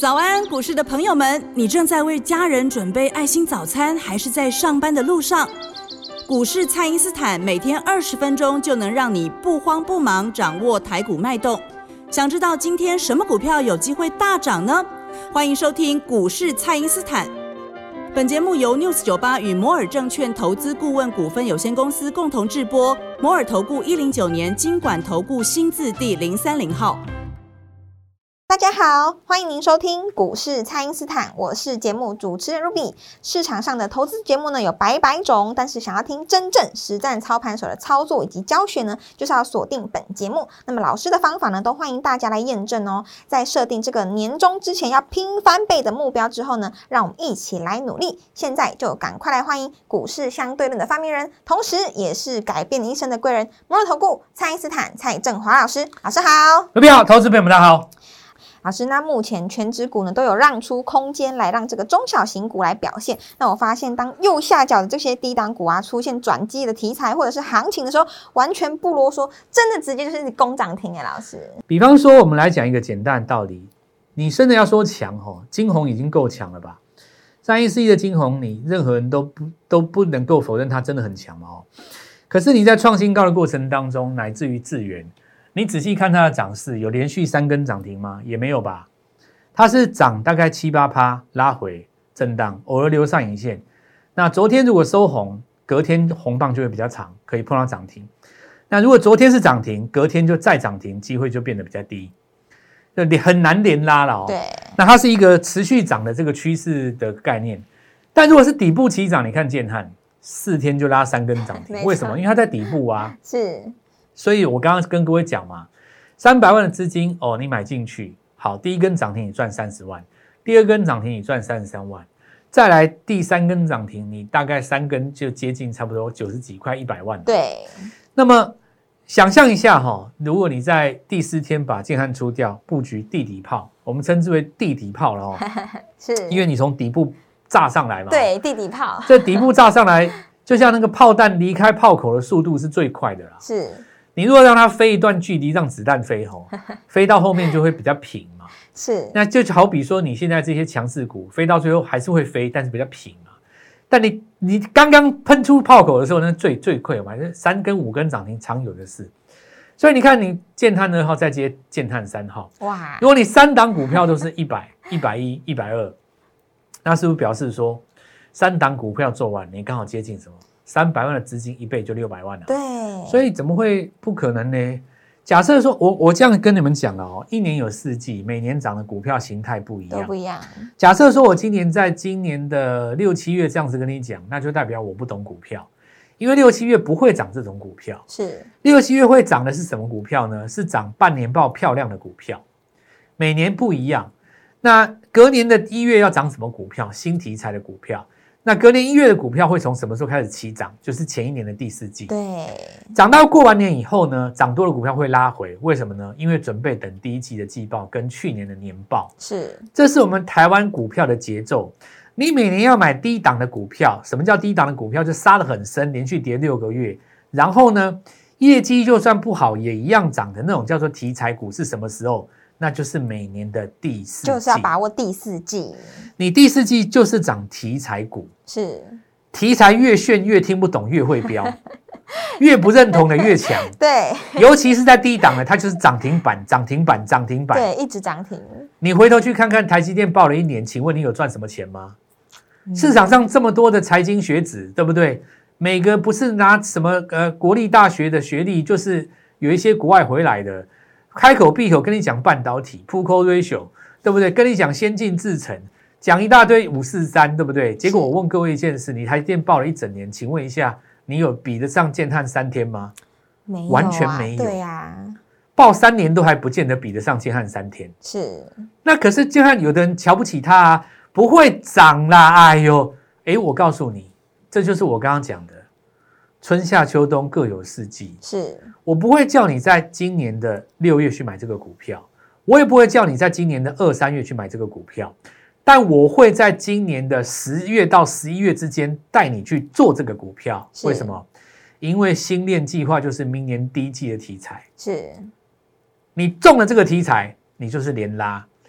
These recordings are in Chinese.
早安，股市的朋友们，你正在为家人准备爱心早餐，还是在上班的路上？股市蔡因斯坦每天20分钟就能让你不慌不忙掌握台股脉动。想知道今天什么股票有机会大涨呢？欢迎收听股市蔡因斯坦。本节目由 News98 与摩尔证券投资顾问股份有限公司共同制播，摩尔投顾109年金管投顾新字第030号。 大家好，欢迎您收听股市蔡因斯坦，我是节目主持人 Ruby。市场上的投资节目呢有百百种，但是想要听真正实战操盘手的操作以及教学呢，就是要锁定本节目。那么老师的方法呢，都欢迎大家来验证哦。在设定这个年终之前要拼翻倍的目标之后呢，让我们一起来努力。现在就赶快来欢迎股市相对论的发明人，同时也是改变你一生的贵人——摩尔投顾蔡因斯坦蔡正华老师。老师好。 各位好，投资朋友们大家好。 老师，那目前全指股呢都有让出空间来让这个中小型股来表现。那我发现，当右下角的这些低档股啊出现转机的题材或者是行情的时候，完全不啰嗦，真的直接就是攻涨停。老师， 比方说，我们来讲一个简单的道理：你真的要说强金红已经够强了吧？3141的金红，你任何人都不能够否认它真的很强嘛可是你在创新高的过程当中，乃至于智原。你仔细看它的涨势，有连续3根涨停吗？也没有吧。它是涨大概7-8%，拉回震荡，偶尔留上影线。那昨天如果收红，隔天红棒就会比较长，可以碰到涨停。那如果昨天是涨停，隔天就再涨停，机会就变得比较低，很难连拉了对。 那它是一个持续涨的这个趋势的概念。但如果是底部起涨，你看建汉4天就拉3根涨停，为什么？因为它在底部啊。 是。 所以我刚刚跟各位讲嘛，300万的资金你买进去，好，第一根涨停你赚30万，第二根涨停你赚33万，再来第3根涨停，你大概3根就接近差不多90几块100万。 对。 那么想象一下如果你在第4天把建汉出掉，布局地底炮，我们称之为地底炮了是， 因为你从底部炸上来嘛。 对，地底炮。 这底部炸上来，就像那个炮弹离开炮口的速度是最快的啦。 是。 你如果让它飞一段距离，让子弹飞飞到后面就会比较平嘛。 是， 那就好比说你现在这些强势股飞到最后还是会飞，但是比较平嘛。但你刚刚喷出炮口的时候呢，最快嘛，3根5根涨停常有的事。所以你看，你建碳2号再接建碳3号， 哇！ 如果你3档股票都是100、110、120，那是不是表示说3档股票做完，你刚好接近什么？300万的资金1倍就600万了。 对。 所以怎么会不可能呢？假设说我这样跟你们讲了1年有4季，每年涨的股票形态不一样， 都不一样。 假设说我今年的6、7月这样子跟你讲，那就代表我不懂股票，因为6、7月不会涨这种股票。 是 6、7月会涨的是什么股票呢？是涨半年报漂亮的股票，每年不一样。那隔年的1月要涨什么股票？新题材的股票。那隔年1月的股票会从什么时候开始起涨？就是前一年的第4季。 对。 涨到过完年以后呢，涨多的股票会拉回，为什么呢？因为准备等第1季的季报跟去年的年报。 是， 这是我们台湾股票的节奏。你每年要买低档的股票，什么叫低档的股票？就杀得很深，连续跌6个月，然后呢，业绩就算不好也一样涨的那种叫做题材股是什么时候？那就是每年的第4季， 就是要把握第4季。 你第4季就是涨题材股， 是题材越炫越听不懂越会飙，越不认同的越强。 对， 尤其是在低档的，它就是涨停板，涨停板，涨停板， 对，一直涨停。 你回头去看看台积电报了1年，请问你有赚什么钱吗？市场上这么多的财经学子，对不对？每个不是拿什么国立大学的学历，就是有一些国外回来的。开口闭口跟你讲半导体 Pool Ratio， 对不对？跟你讲先进制程，讲一大堆543，对不对？结果我问各位一件事，你台积电报了1整年，请问一下，你有比得上建碳3天吗？ 没有啊， 完全没有。 对啊， 报3年都还不见得比得上建碳3天。 是。 那可是建碳有的人瞧不起它啊，不会涨啦，哎呦，我告诉你，这就是我刚刚讲的。春夏秋冬各有4季， 是我不会叫你在今年的6月去买这个股票，我也不会叫你在今年的2、3月去买这个股票，但我会在今年的10月到11月之间带你去做这个股票。为什么？因为星链计划就是明年第1季的题材， 是你中了这个题材，你就是连拉。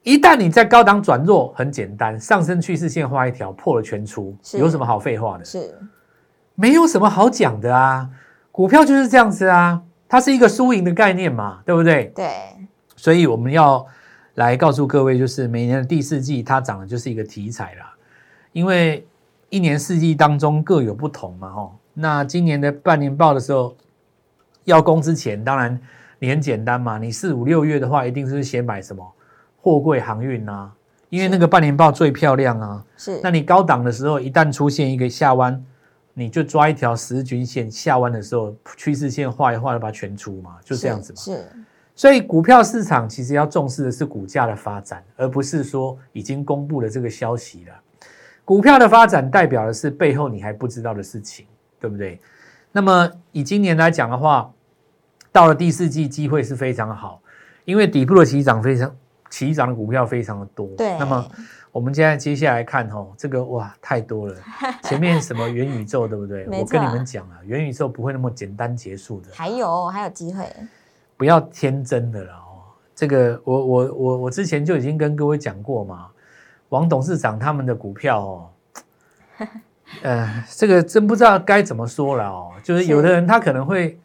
一旦你在高档转弱，很简单，上升趋势线画一条，破了全出，有什么好废话的？ 是， 没有什么好讲的啊，股票就是这样子啊，它是一个输赢的概念嘛，对不对？ 对， 所以我们要来告诉各位，就是每年的第四季它涨的就是一个题材啦，因为一年四季当中各有不同嘛，吼。那今年的半年报的时候要公之前，当然你很简单嘛，你4、5、6月的话，一定是先买什么货柜航运啊，因为那个半年报最漂亮啊。 是， 那你高档的时候，一旦出现一个下弯，你就抓一条10日均线下弯的时候，趋势线画一画，把它全出嘛，就这样子嘛。 是， 所以股票市场其实要重视的是股价的发展，而不是说已经公布了这个消息了。股票的发展代表的是背后你还不知道的事情，对不对？那么以今年来讲的话，到了第四季机会是非常好，因为底部的起涨的股票非常的多。 对。 那么我们接下来看这个哇太多了，前面什么元宇宙对不对？我跟你们讲啊，元宇宙不会那么简单结束的， 还有机会，不要天真的了这个我之前就已经跟各位讲过嘛，王董事长他们的股票这个真不知道该怎么说了就是有的人他可能会，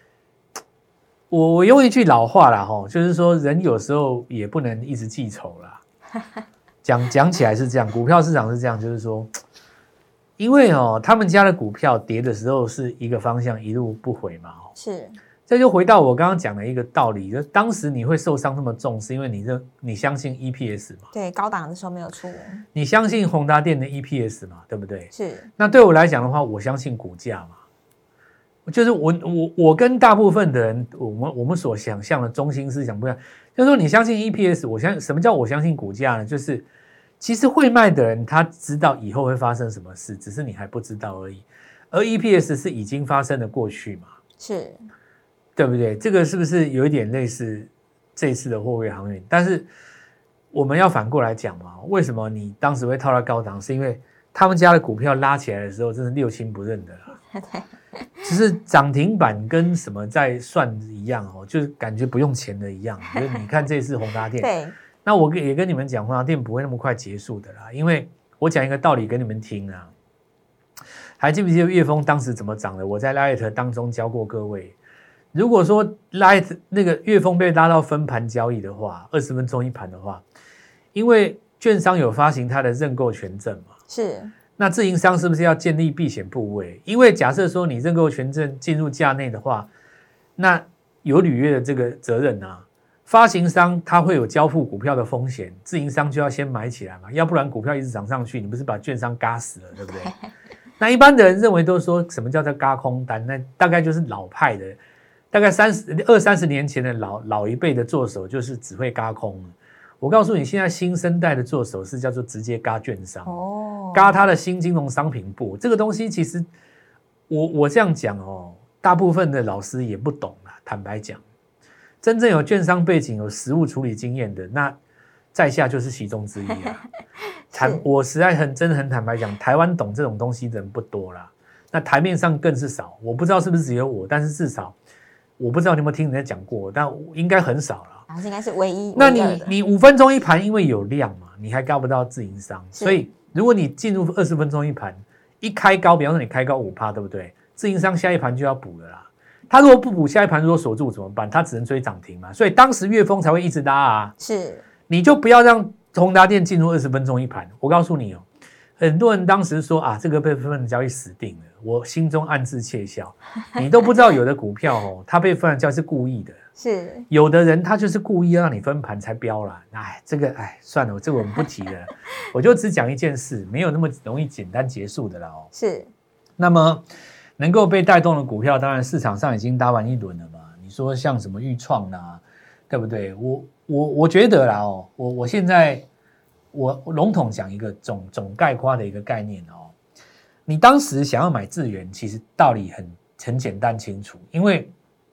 我用一句老话啦就是说人有时候也不能一直记仇啦。讲起来是这样，股票市场是这样，就是说，因为他们家的股票跌的时候是一个方向一路不回嘛是， 这就回到我刚刚讲的一个道理，就当时你会受伤那么重，是因为你相信 EPS 嘛？对， 高档的时候没有出。 你相信宏达电的 EPS 嘛？对不对？ 是。 那对我来讲的话，我相信股价嘛。就是我跟大部分的人，我们所想象的中心思想不一样。就是说，你相信 EPS， 什么叫我相信股价呢？就是其实会卖的人他知道以后会发生什么事，只是你还不知道而已。而 EPS 是已经发生的过去嘛？ 是。 对不对？这个是不是有一点类似这一次的货柜航运？但是我们要反过来讲嘛，为什么你当时会套到高档？是因为他们家的股票拉起来的时候，真是六亲不认的啦。只是涨停板跟什么在算一样就是感觉不用钱的一样。就是你看这次宏达电， 对， 那我也跟你们讲，宏达电不会那么快结束的啦，因为我讲一个道理给你们听啊。还记不记得月峰当时怎么涨的？我在 Light 当中教过各位。如果说那个月峰被拉到分盘交易的话，20分钟一盘的话，因为券商有发行它的认购权证嘛， 是。 那自营商是不是要建立避险部位？因为假设说你认购权证进入价内的话，那有履约的这个责任啊，发行商他会有交付股票的风险，自营商就要先买起来嘛，要不然股票一直涨上去，你不是把券商嘎死了，对不对？那一般的人认为都说什么叫做嘎空单，那大概就是老派的。大概20-30年前的老一辈的做手就是只会軋空。我告诉你，现在新生代的做手是叫做直接軋券商，軋他的新金融商品部。这个东西其实我这样讲大部分的老师也不懂啦。坦白讲，真正有券商背景、有实务处理经验的，那在下就是其中之一啊。我实在真的很坦白讲，台湾懂这种东西的人不多啦。那台面上更是少，我不知道是不是只有我，但是至少。我不知道你有没有听人家讲过，但应该很少了。 应该是唯一。 那你5分钟一盘，因为有量嘛，你还高不到自营商，所以如果你进入20分钟一盘，一开高，比方说你开高 5%， 对不对？自营商下一盘就要补了啦。他如果不补，下一盘如果锁住怎么办？他只能追涨停嘛。所以当时月峰才会一直拉啊。 是， 你就不要让宏达电进入20分钟一盘。我告诉你很多人当时说啊，这个被分盘交易死定了。我心中暗自窃笑，你都不知道有的股票它被分盘交易是故意的， 是有的人他就是故意要让你分盘才标啦。这个算了，这个我们不提了，我就只讲一件事，没有那么容易简单结束的啦是， 那么能够被带动的股票，当然市场上已经搭完一轮了嘛。你说像什么裕创啦，对不对？我觉得啦我现在我笼统讲一个总概括的一个概念你当时想要买智原，其实道理很简单清楚，因为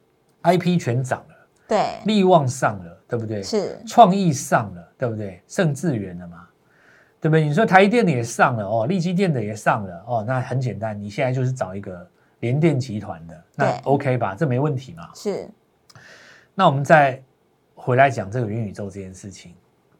IP 全涨了， 对， 力旺上了，对不对？ 是， 创意上了，对不对？剩智原了嘛，对不对？你说台积电的也上了力积电的也上了那很简单，你现在就是找一个联电集团的，那 OK 吧？这没问题嘛。 是。 那我们再回来讲这个元宇宙这件事情，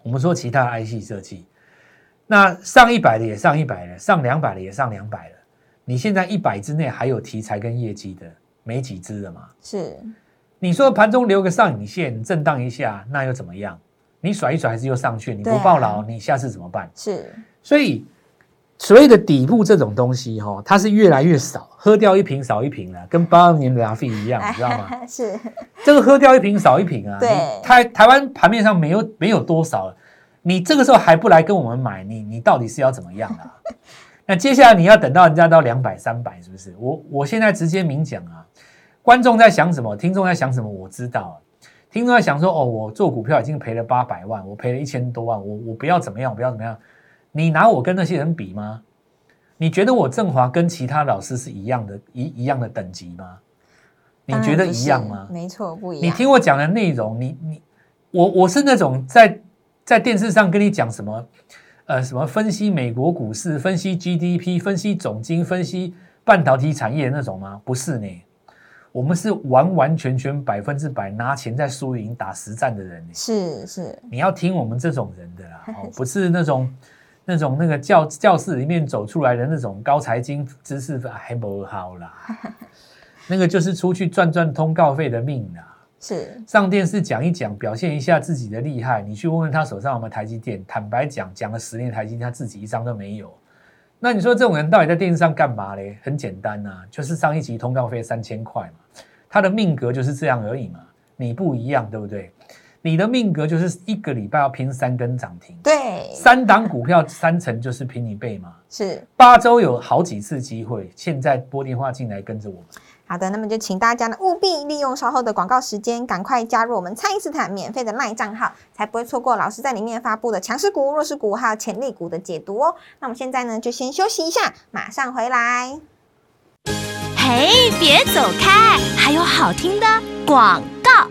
我们说其他的 IC 设计，那上100的也上100了，上200的也上200了。你现在100之内还有题材跟业绩的，没几只了嘛？ 是。 你说盘中留个上影线，震荡一下，那又怎么样？你甩一甩还是又上去，你不抱牢，你下次怎么办？ 是。 所以所谓的底部这种东西它是越来越少，喝掉一瓶少一瓶了，跟82年的拉菲一样，你知道吗？ 是。 这个喝掉一瓶少一瓶啊。 对。 台湾盘面上没有多少了，你这个时候还不来跟我们买，你到底是要怎么样啊？那接下来你要等到人家到200、300，是不是？我现在直接明讲啊，观众在想什么，听众在想什么，我知道。听众在想说，我做股票已经赔了800万，我赔了1000多万，我不要怎么样，我不要怎么样。你拿我跟那些人比吗？你觉得我正华跟其他老师是一样的等级吗？你觉得一样吗？ 没错，不一样。 你听我讲的内容，我是那种在电视上跟你讲什么分析美国股市、分析 GDP、分析总经、分析半导体产业的那种吗？不是呢，我们是完完全全100%拿钱在输赢打实战的人。是，你要听我们这种人的啦，不是那个教室里面走出来的那种高财经知识还不好啦，那个就是出去赚通告费的命啦。是上电视讲一讲，表现一下自己的厉害。你去问问他手上有没有台积电，坦白讲了10年台积电，他自己一张都没有。那你说这种人到底在电视上干嘛嘞？很简单啊，就是上一集通告费3000块嘛，他的命格就是这样而已嘛。你不一样，对不对？你的命格就是一个礼拜要拼3根涨停， 对 ，3档股票3成就是拼1倍嘛。 是 8周有好几次机会，现在拨电话进来跟着我们。 好的，那么就请大家呢务必利用稍后的广告时间，赶快加入我们蔡因斯坦免费的 LINE 账号，才不会错过老师在里面发布的强势股、弱势股还有潜力股的解读哦。那我们现在呢就先休息一下，马上回来。 嘿，别走开，还有好听的广告。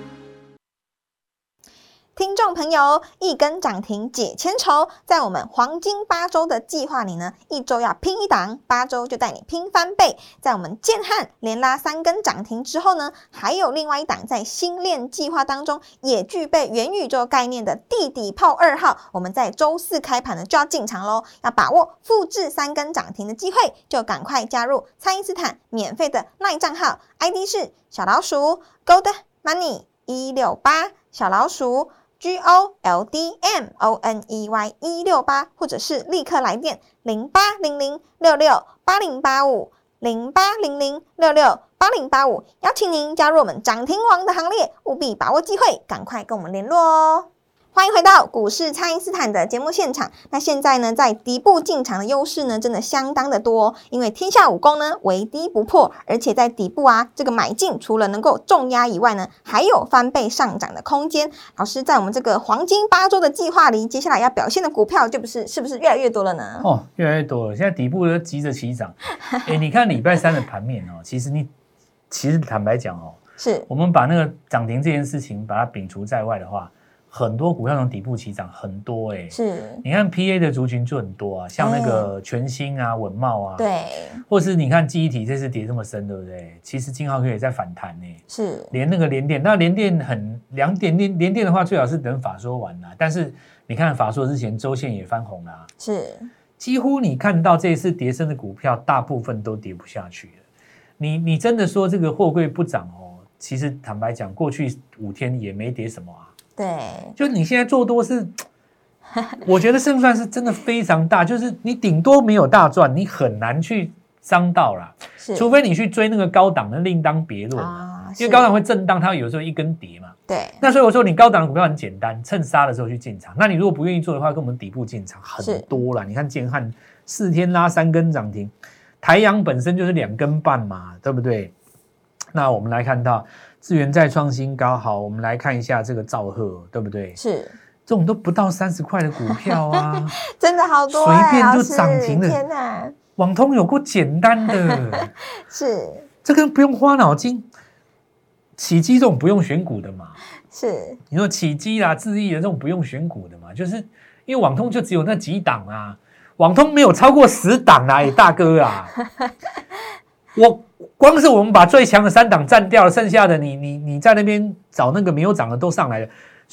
听众朋友，一根涨停解千愁，在我们黄金8周的计划里呢，1周要拼1档，8周就带你拼翻倍。在我们建汉连拉3根涨停之后呢，还有另外一档在新链计划当中也具备元宇宙概念的地底炮2号，我们在周4开盘呢就要进场咯，要把握复制3根涨停的机会，就赶快加入蔡因斯坦免费的 LINE 账号 ，ID 是小老鼠 Gold Money 168小老鼠。GOLDMONEY 168，或者是立刻来电0800668085 0800668085，邀请您加入我们涨停王的行列，务必把握机会，赶快跟我们联络哦。欢迎回到股市蔡因斯坦的节目现场。那现在呢，在底部进场的优势呢，真的相当的多哦，因为天下武功呢，唯低不破，而且在底部啊，这个买进除了能够重压以外呢，还有翻倍上涨的空间。老师，在我们这个黄金8周的计划里，接下来要表现的股票是不是越来越多了呢？ 越来越多了。现在底部都急着起涨。你看礼拜3的盘面其实坦白讲是我们把那个涨停这件事情把它摒除在外的话，很多股票从底部起涨很多是，你看 PA 的族群就很多啊，像那个全新啊、稳懋啊，对，或是你看记忆体这次跌这么深，对不对？其实金豪科也在反弹是，连那个联电，那联电联电的话，最好是等法说完啦，但是你看法说之前周线也翻红啦，是，几乎你看到这一次跌深的股票，大部分都跌不下去了。你真的说这个货柜不涨其实坦白讲，过去5天也没跌什么啊。对，就你现在做多是，我觉得胜算是真的非常大，就是你顶多没有大赚，你很难去伤到啦，除非你去追那个高档的，另当别论因为高档会震荡，它有时候一根跌嘛。对，那所以我说你高档的股票很简单，趁杀的时候去进场。那你如果不愿意做的话，跟我们底部进场很多啦。你看建汉4天拉3根涨停，台阳本身就是2根半嘛，对不对？那我们来看到智原再创新高，好，我们来看一下这个兆赫，对不对？是，这种都不到30块的股票啊， 真的好多， 随便就涨停了。 天哪， 网通有够简单的， 是， 这个不用花脑筋。起基这种不用选股的嘛， 是，你说起基啦、智易的这种不用选股的嘛，就是因为网通就只有那几档啊，网通没有超过10档啊，大哥啊，我光是我们把最强的3档占掉了，剩下的你在那边找那个没有涨的都上来了，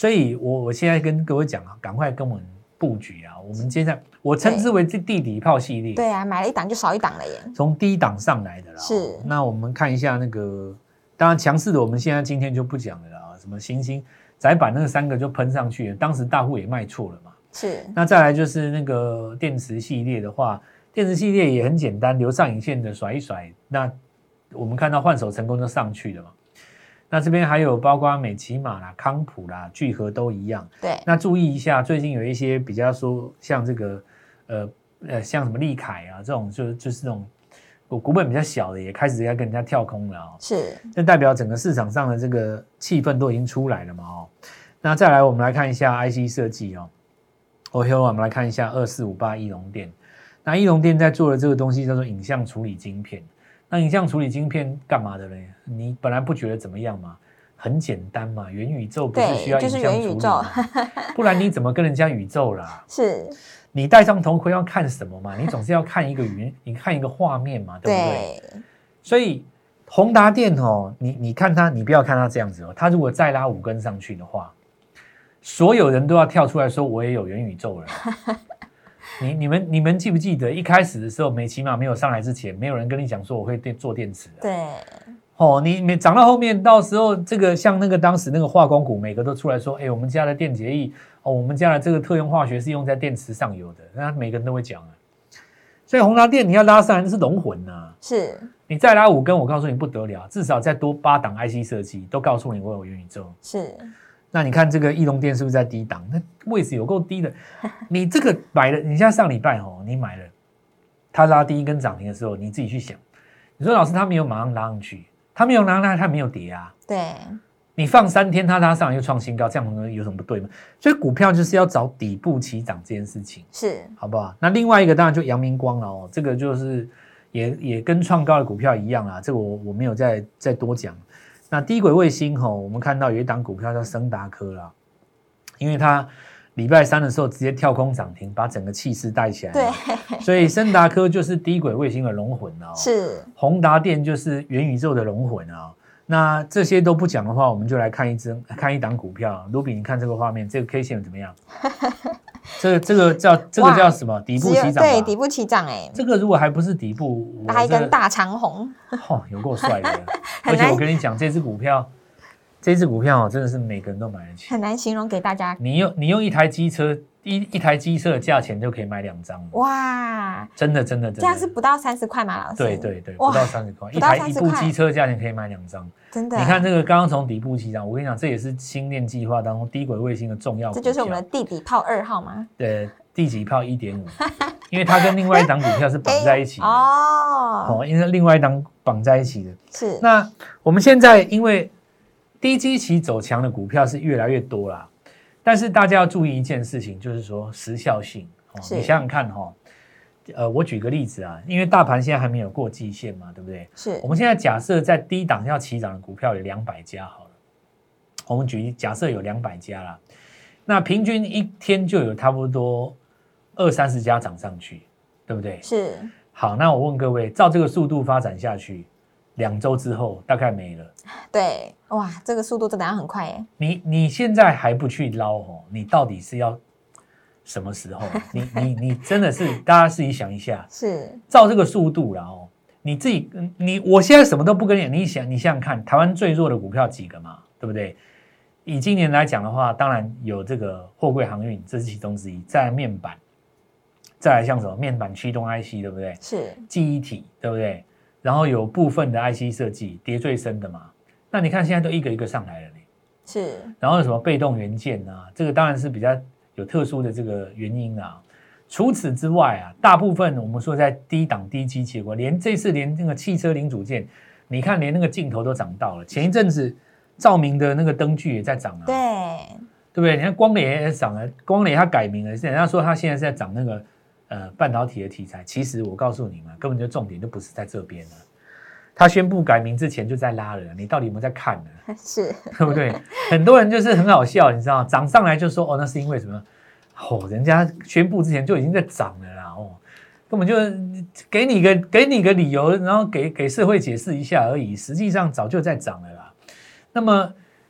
所以我现在跟各位讲啊，赶快跟我们布局啊！我们接下来我称之为地底炮系列。 对啊，买了一档就少一档了耶。 从低档上来的啦。 是。 那我们看一下那个，当然强势的我们现在今天就不讲了啦。什么星星窄板那个3个就喷上去了，当时大户也卖错了嘛。 是。 那再来就是那个电池系列的话，电池系列也很简单，留上影线的甩一甩，那我们看到换手成功就上去了嘛。那这边还有包括美骑马啦、康普啦、聚合都一样。 对。 那注意一下，最近有一些比较说像这个像什么立凯啊这种，就是那种股本比较小的，也开始要跟人家跳空了哦。 是。 这代表整个市场上的这个气氛都已经出来了嘛哦。那再来我们来看一下 IC 设计哦。我们来看一下2458义隆电。那义隆电在做的这个东西叫做影像处理晶片。那影像处理晶片干嘛的呢？你本来不觉得怎么样嘛？很简单嘛，元宇宙不是需要影像处理吗？不然你怎么跟人家宇宙啦？ 是。 你戴上头盔要看什么嘛？你总是要看一个你看一个画面嘛，对不对？所以宏达电哦，你看它，你不要看它这样子哦，它如果再拉5根上去的话，所有人都要跳出来说我也有元宇宙了。你们记不记得一开始的时候，美骑马没有上来之前，没有人跟你讲说我会做电池的。 对。 哦，你涨到后面，到时候这个像那个当时那个化工股，每个都出来说，我们家的电解液，我们家的这个特用化学是用在电池上游的，那每个人都会讲啊。所以宏达电你要拉上来，那是龙魂啊。是。你再拉5根，我告诉你不得了，至少再多8档 IC 设计，都告诉你我有元宇宙。是。那你看这个义隆电是不是在低档？那位置有够低的。你这个买了，你像上礼拜你买了，它拉第一根涨停的时候，你自己去想，你说老师他没有马上拉上去，他没有拉上去，他没有跌啊。对。你放3天，它拉上来又创新高，这样有什么不对吗？所以股票就是要找底部起涨这件事情，是好不好？那另外一个当然就阳明光了哦，这个就是也跟创高的股票一样啦，这个我没有再多讲。那低轨卫星我们看到有一档股票叫昇達科啦，因为它礼拜3的时候直接跳空涨停，把整个气势带起来。对，所以昇達科就是低轨卫星的龙魂哦，是宏達電就是元宇宙的龙魂啊。那这些都不讲的话，我们就来看一档股票。Ruby， 你看这个画面，这个 K 线怎么样？这个叫什么？底部起涨。 对，底部起涨这个如果还不是底部， 拉一根大长红， 有够帅的。而且我跟你讲，这支股票真的是每个人都买得起， 很难形容给大家。 你用一台机车的价钱就可以买2张。哇，真的，这样是不到30块吗？老师？ 对，不到30块，一部机车价钱可以买2张。真的，你看这个刚刚从底部起涨，我跟你讲，这也是星链计划当中低轨卫星的重要股票。 这就是我们的地底炮2号吗？ 对，地底炮 1.5， 因为它跟另外一档股票是绑在一起的哦，因为另外一档绑在一起的。是，那我们现在因为低基期走强的股票是越来越多啦，但是大家要注意一件事情，就是说时效性。你想想看我举个例子啊，因为大盘现在还没有过季线嘛，对不对？是。我们现在假设在低档要起涨的股票有200家好了，我们假设有200家啦，那平均一天就有差不多20-30家涨上去，对不对？是。好，那我问各位，照这个速度发展下去，2周之后大概没了。对， 哇，这个速度真的要很快耶。 你现在还不去捞你到底是要什么时候？你真的是大家自己想一下，是照这个速度啦你自己我现在什么都不跟你想想看，台湾最弱的股票几个嘛，对不对？以今年来讲的话，当然有这个货柜航运，这是其中之一，再来面板，再来像什么面板驱动 IC， 对不对？是记忆体，对不对？然后有部分的 IC 设计跌最深的嘛，那你看现在都一个一个上来了呢。是，然后有什么被动元件啊，这个当然是比较有特殊的这个原因啊。除此之外啊，大部分我们说在低档低基期股，这次连那个汽车零组件，你看连那个镜头都涨到了。前一阵子照明的那个灯具也在涨啊，对不对？你看光磊也涨了，光磊它改名了，人家说它现在是在涨那个半导体的题材。其实我告诉你们，根本就重点就不是在这边了。他宣布改名之前就在拉了，你到底有没有在看呢？是，对不对？很多人就是很好笑，你知道，涨上来就说那是因为什么？人家宣布之前就已经在涨了啦，根本就给你个理由，然后给社会解释一下而已，实际上早就在涨了啦。那么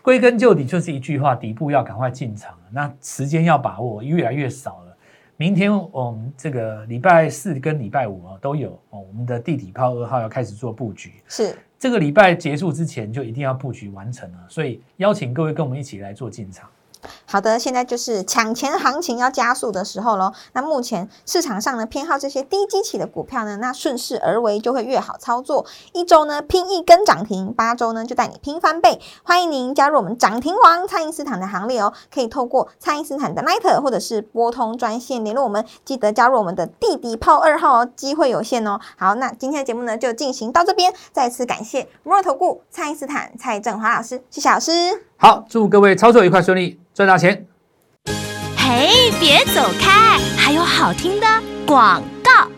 归根究底就是一句话，底部要赶快进场，那时间要把握，越来越少了。明天我们这个礼拜4跟礼拜5都有我们的地底炮2号要开始做布局， 是这个礼拜结束之前就一定要布局完成了，所以邀请各位跟我们一起来做进场。 好的，现在就是抢钱行情要加速的时候咯。那目前市场上呢偏好这些低基期的股票呢，那顺势而为就会越好操作。1周呢拼1根涨停，8周呢就带你拼翻倍。欢迎您加入我们涨停王蔡因斯坦的行列哦，可以透过蔡因斯坦的 LINE 或者是拨通专线联络我们，记得加入我们的地底炮2号哦，机会有限哦。好，那今天的节目呢就进行到这边，再次感谢摩尔投顾蔡因斯坦蔡正华老师，谢谢老师。 好，祝各位操作愉快顺利，赚大钱。 嘿，别走开，还有好听的广告。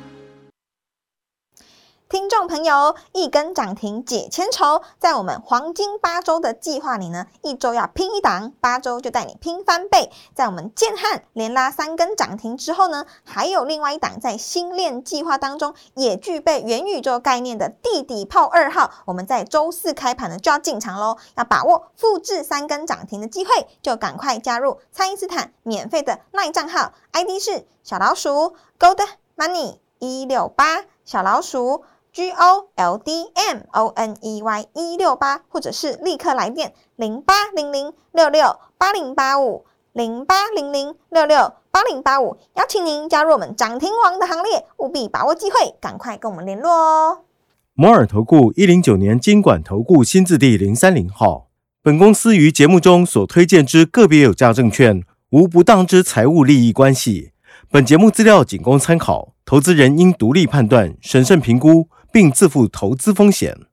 听众朋友，1根涨停解千愁，在我们黄金8周的计划里呢，1周要拼1档，8周就带你拼翻倍。在我们建汉连拉3根涨停之后呢，还有另外1档在新链计划当中也具备元宇宙概念的地底炮2号，我们在周4开盘呢就要进场咯，要把握复制3根涨停的机会，就赶快加入蔡因斯坦免费的 LINE 账号 ，ID 是小老鼠 Gold Money 168，小老鼠GOLDMONEY 168，或者是立刻来电0800668085 0800668085，邀请您加入我们涨停王的行列，务必把握机会，赶快跟我们联络哦。 摩尔投顾109年金管投顾新字第030号。本公司于节目中所推荐之个别有价证券，无不当之财务利益关系。本节目资料仅供参考，投资人应独立判断、审慎评估，并自负投资风险。